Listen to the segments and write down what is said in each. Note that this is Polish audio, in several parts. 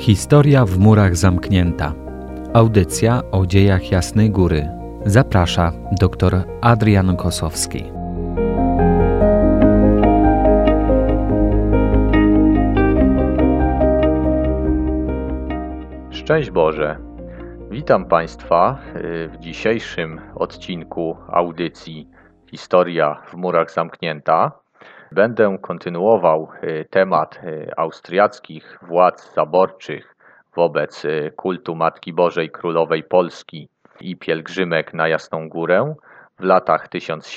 Historia w murach zamknięta. Audycja o dziejach Jasnej Góry. Zaprasza dr Adrian Kosowski. Szczęść Boże! Witam Państwa w dzisiejszym odcinku audycji Historia w murach zamknięta. Będę kontynuował temat austriackich władz zaborczych wobec kultu Matki Bożej Królowej Polski i pielgrzymek na Jasną Górę w latach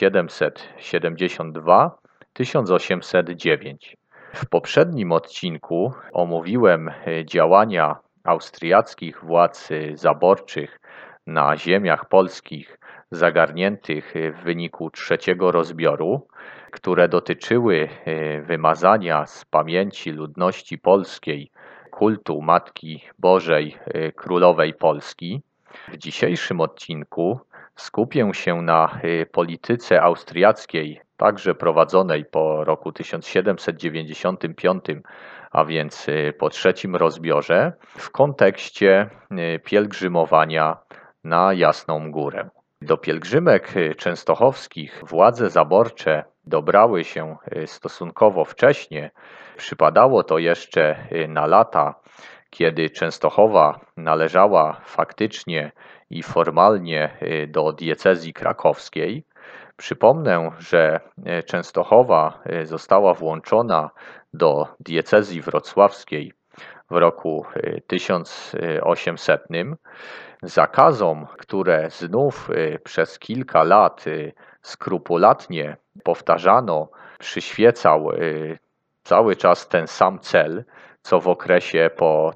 1772-1809. W poprzednim odcinku omówiłem działania austriackich władz zaborczych na ziemiach polskich zagarniętych w wyniku trzeciego rozbioru, które dotyczyły wymazania z pamięci ludności polskiej kultu Matki Bożej Królowej Polski. W dzisiejszym odcinku skupię się na polityce austriackiej, także prowadzonej po roku 1795, a więc po trzecim rozbiorze, w kontekście pielgrzymowania na Jasną Górę. Do pielgrzymek częstochowskich władze zaborcze dobrały się stosunkowo wcześnie. Przypadało to jeszcze na lata, kiedy Częstochowa należała faktycznie i formalnie do diecezji krakowskiej. Przypomnę, że Częstochowa została włączona do diecezji wrocławskiej w roku 1800. Zakazom, które znów przez kilka lat skrupulatnie powtarzano, przyświecał cały czas ten sam cel, co w okresie po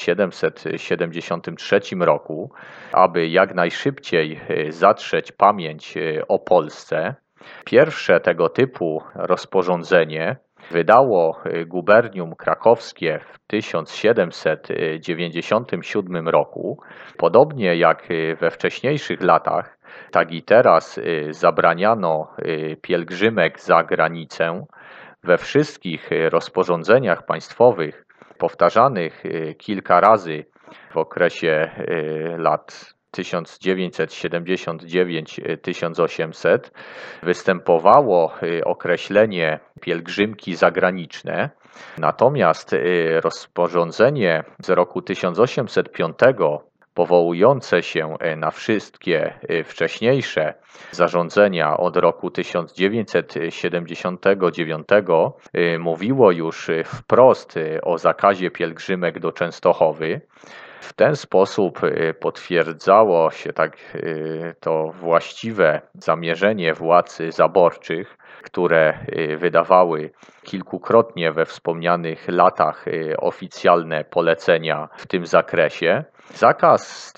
1773 roku, aby jak najszybciej zatrzeć pamięć o Polsce. Pierwsze tego typu rozporządzenie wydało gubernium krakowskie w 1797 roku. Podobnie jak we wcześniejszych latach, tak i teraz zabraniano pielgrzymek za granicę. We wszystkich rozporządzeniach państwowych powtarzanych kilka razy w okresie lat 1979-1800 występowało określenie pielgrzymki zagraniczne. Natomiast rozporządzenie z roku 1805 powołujące się na wszystkie wcześniejsze zarządzenia od roku 1979 mówiło już wprost o zakazie pielgrzymek do Częstochowy. W ten sposób potwierdzało się to właściwe zamierzenie władz zaborczych, które wydawały kilkukrotnie we wspomnianych latach oficjalne polecenia w tym zakresie. Zakaz z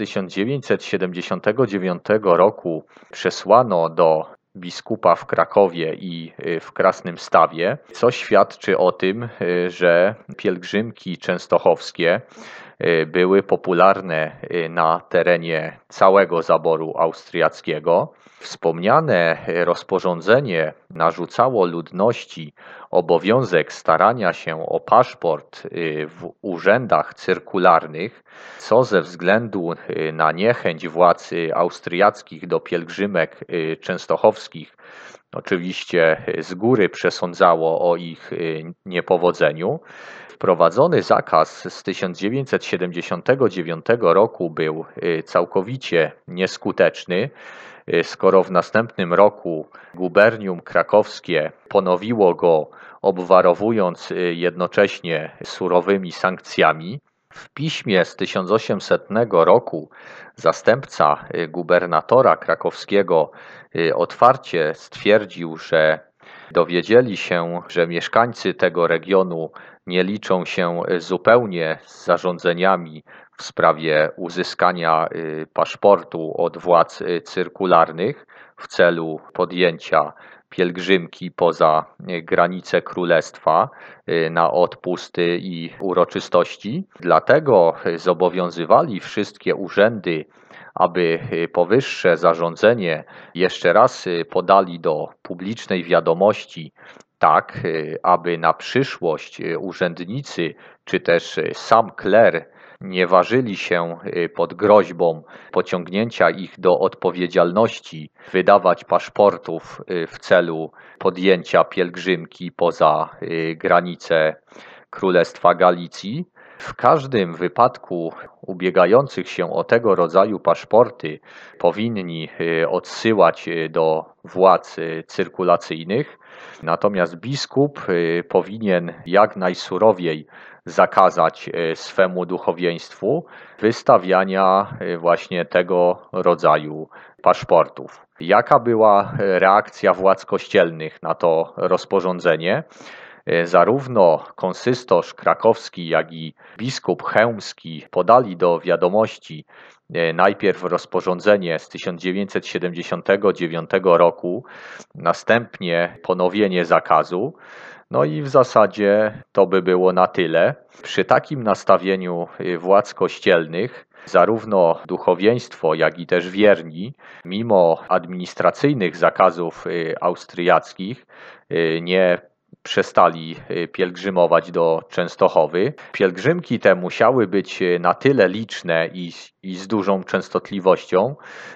1979 roku przesłano do biskupa w Krakowie i w Krasnymstawie, co świadczy o tym, że pielgrzymki częstochowskie były popularne na terenie całego zaboru austriackiego. Wspomniane rozporządzenie narzucało ludności obowiązek starania się o paszport w urzędach cyrkularnych, co ze względu na niechęć władz austriackich do pielgrzymek częstochowskich oczywiście z góry przesądzało o ich niepowodzeniu. Wprowadzony zakaz z 1979 roku był całkowicie nieskuteczny, skoro w następnym roku gubernium krakowskie ponowiło go, obwarowując jednocześnie surowymi sankcjami. W piśmie z 1800 roku zastępca gubernatora krakowskiego otwarcie stwierdził, że dowiedzieli się, że mieszkańcy tego regionu nie liczą się zupełnie z zarządzeniami w sprawie uzyskania paszportu od władz cyrkularnych w celu podjęcia pielgrzymki poza granice królestwa na odpusty i uroczystości. Dlatego zobowiązywali wszystkie urzędy, aby powyższe zarządzenie jeszcze raz podali do publicznej wiadomości tak, aby na przyszłość urzędnicy czy też sam kler nie ważyli się pod groźbą pociągnięcia ich do odpowiedzialności wydawać paszportów w celu podjęcia pielgrzymki poza granice Królestwa Galicji. W każdym wypadku ubiegających się o tego rodzaju paszporty powinni odsyłać do władz cyrkulacyjnych, natomiast biskup powinien jak najsurowiej zakazać swemu duchowieństwu wystawiania właśnie tego rodzaju paszportów. Jaka była reakcja władz kościelnych na to rozporządzenie? Zarówno konsystorz krakowski, jak i biskup chełmski podali do wiadomości najpierw rozporządzenie z 1979 roku, następnie ponowienie zakazu. No i w zasadzie to by było na tyle. Przy takim nastawieniu władz kościelnych zarówno duchowieństwo, jak i też wierni, mimo administracyjnych zakazów austriackich, nie przestali pielgrzymować do Częstochowy. Pielgrzymki te musiały być na tyle liczne i z dużą częstotliwością,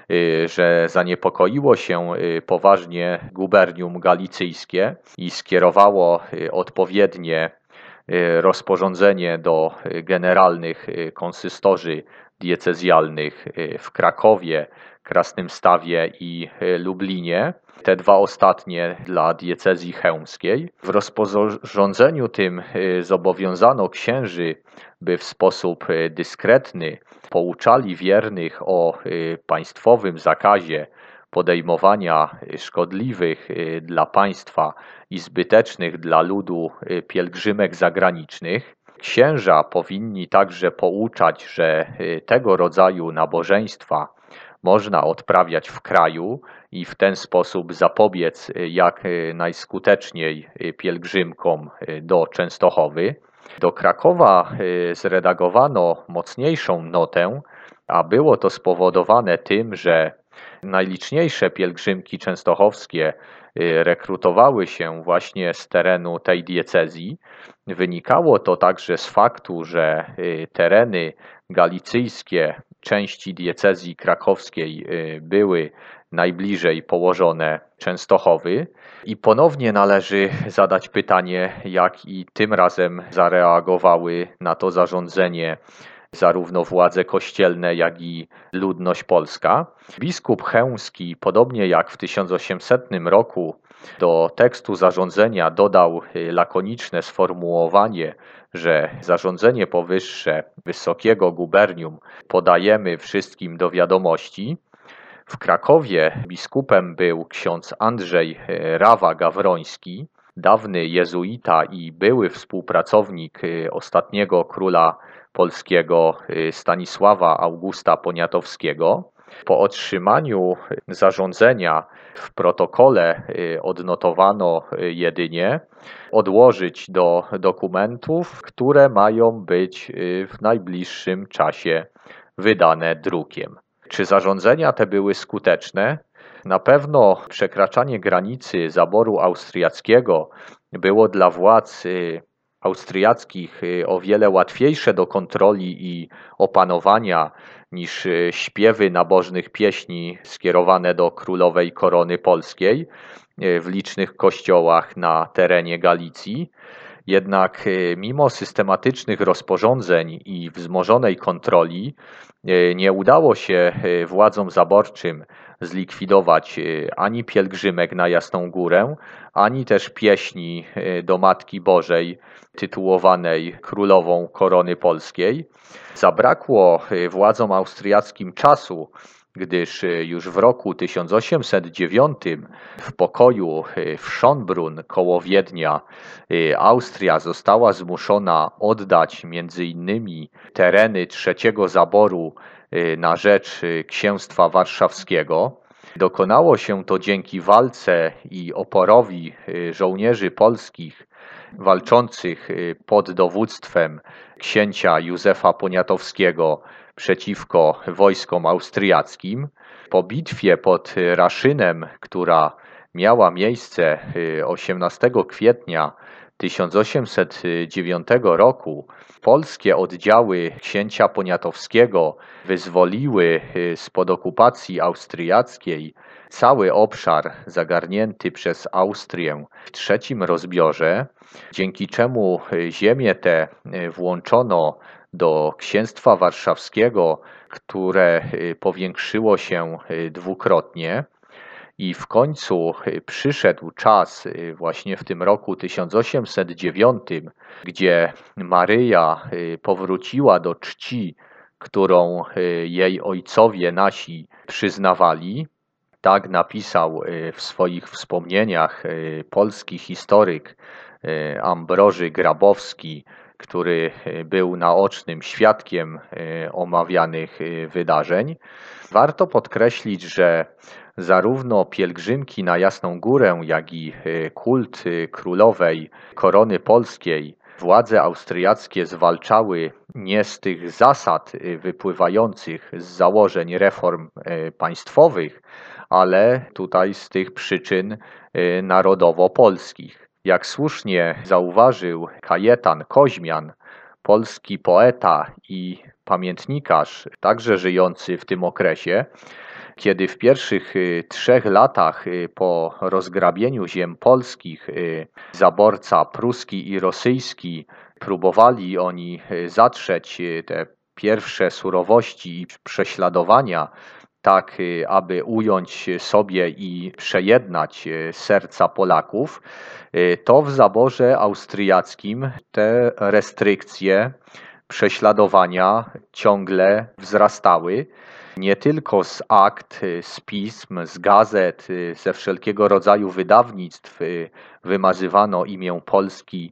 że zaniepokoiło się poważnie gubernium galicyjskie i skierowało odpowiednie rozporządzenie do generalnych konsystorzy diecezjalnych w Krakowie, Krasnymstawie i Lublinie. Te dwa ostatnie dla diecezji chełmskiej. W rozporządzeniu tym zobowiązano księży, by w sposób dyskretny pouczali wiernych o państwowym zakazie podejmowania szkodliwych dla państwa i zbytecznych dla ludu pielgrzymek zagranicznych. Księża powinni także pouczać, że tego rodzaju nabożeństwa można odprawiać w kraju i w ten sposób zapobiec jak najskuteczniej pielgrzymkom do Częstochowy. Do Krakowa zredagowano mocniejszą notę, a było to spowodowane tym, że najliczniejsze pielgrzymki częstochowskie rekrutowały się właśnie z terenu tej diecezji. Wynikało to także z faktu, że tereny galicyjskie części diecezji krakowskiej były najbliżej położone Częstochowy i ponownie należy zadać pytanie, jak i tym razem zareagowały na to zarządzenie zarówno władze kościelne, jak i ludność polska. Biskup chełmski, podobnie jak w 1800 roku, do tekstu zarządzenia dodał lakoniczne sformułowanie, że zarządzenie powyższe wysokiego gubernium podajemy wszystkim do wiadomości. W Krakowie biskupem był ksiądz Andrzej Rawa-Gawroński, dawny jezuita i były współpracownik ostatniego króla polskiego Stanisława Augusta Poniatowskiego. Po otrzymaniu zarządzenia w protokole odnotowano jedynie odłożyć do dokumentów, które mają być w najbliższym czasie wydane drukiem. Czy zarządzenia te były skuteczne? Na pewno przekraczanie granicy zaboru austriackiego było dla władz austriackich o wiele łatwiejsze do kontroli i opanowania niż śpiewy nabożnych pieśni skierowane do królowej korony polskiej w licznych kościołach na terenie Galicji. Jednak mimo systematycznych rozporządzeń i wzmożonej kontroli nie udało się władzom zaborczym zlikwidować ani pielgrzymek na Jasną Górę, ani też pieśni do Matki Bożej tytułowanej Królową Korony Polskiej. Zabrakło władzom austriackim czasu, gdyż już w roku 1809 w pokoju w Schönbrunn koło Wiednia Austria została zmuszona oddać między innymi tereny trzeciego zaboru na rzecz księstwa warszawskiego. Dokonało się to dzięki walce i oporowi żołnierzy polskich walczących pod dowództwem księcia Józefa Poniatowskiego przeciwko wojskom austriackim. Po bitwie pod Raszynem, która miała miejsce 18 kwietnia 1809 roku, polskie oddziały księcia poniatowskiego wyzwoliły spod okupacji austriackiej cały obszar zagarnięty przez Austrię w trzecim rozbiorze, dzięki czemu ziemię te włączono do księstwa warszawskiego, które powiększyło się dwukrotnie. I w końcu przyszedł czas właśnie w tym roku 1809, gdzie Maryja powróciła do czci, którą jej ojcowie nasi przyznawali. Tak napisał w swoich wspomnieniach polski historyk Ambroży Grabowski, który był naocznym świadkiem omawianych wydarzeń. Warto podkreślić, że zarówno pielgrzymki na Jasną Górę, jak i kult królowej korony polskiej władze austriackie zwalczały nie z tych zasad wypływających z założeń reform państwowych, ale tutaj z tych przyczyn narodowo-polskich. Jak słusznie zauważył Kajetan Koźmian, polski poeta i pamiętnikarz, także żyjący w tym okresie, kiedy w pierwszych 3 latach po rozgrabieniu ziem polskich zaborca pruski i rosyjski próbowali oni zatrzeć te pierwsze surowości i prześladowania, tak aby ująć sobie i przejednać serca Polaków, to w zaborze austriackim te restrykcje, prześladowania ciągle wzrastały. Nie tylko z akt, z pism, z gazet, ze wszelkiego rodzaju wydawnictw wymazywano imię Polski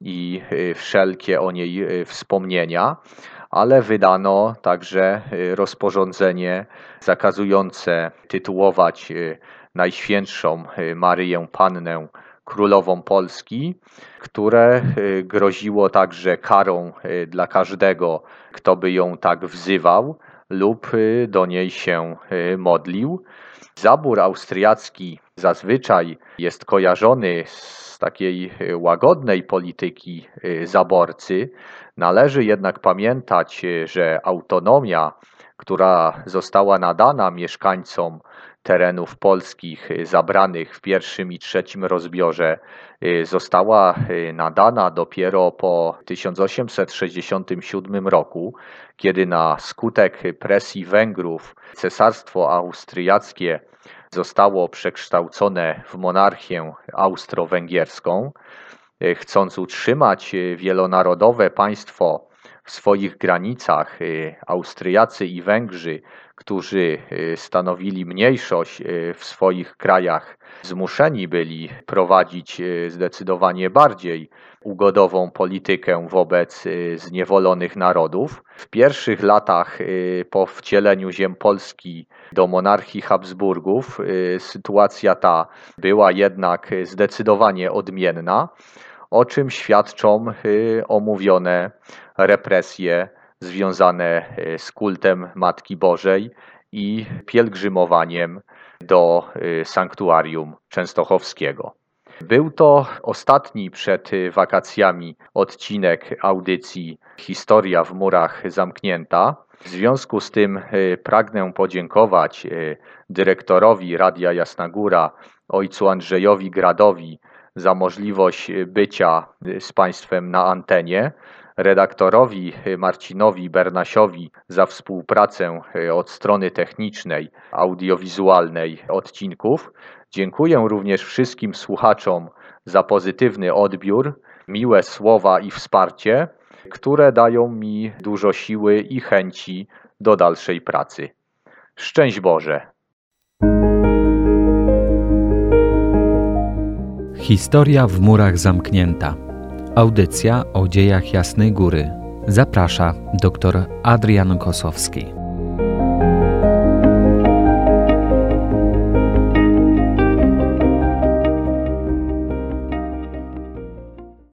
i wszelkie o niej wspomnienia, ale wydano także rozporządzenie zakazujące tytułować Najświętszą Maryję Pannę królową Polski, które groziło także karą dla każdego, kto by ją tak wzywał lub do niej się modlił. Zabór austriacki zazwyczaj jest kojarzony z takiej łagodnej polityki zaborcy. Należy jednak pamiętać, że autonomia, która została nadana mieszkańcom terenów polskich zabranych w pierwszym i trzecim rozbiorze, została nadana dopiero po 1867 roku, kiedy na skutek presji Węgrów cesarstwo austriackie zostało przekształcone w monarchię austro-węgierską. Chcąc utrzymać wielonarodowe państwo w swoich granicach, Austriacy i Węgrzy, którzy stanowili mniejszość w swoich krajach, zmuszeni byli prowadzić zdecydowanie bardziej ugodową politykę wobec zniewolonych narodów. W pierwszych latach po wcieleniu ziem Polski do monarchii Habsburgów sytuacja ta była jednak zdecydowanie odmienna, o czym świadczą omówione represje związane z kultem Matki Bożej i pielgrzymowaniem do sanktuarium częstochowskiego. Był to ostatni przed wakacjami odcinek audycji Historia w murach zamknięta. W związku z tym pragnę podziękować dyrektorowi Radia Jasna Góra, ojcu Andrzejowi Gradowi, za możliwość bycia z Państwem na antenie, redaktorowi Marcinowi Bernasiowi za współpracę od strony technicznej, audiowizualnej odcinków. Dziękuję również wszystkim słuchaczom za pozytywny odbiór, miłe słowa i wsparcie, które dają mi dużo siły i chęci do dalszej pracy. Szczęść Boże! Historia w murach zamknięta. Audycja o dziejach Jasnej Góry. Zaprasza dr Adrian Kosowski.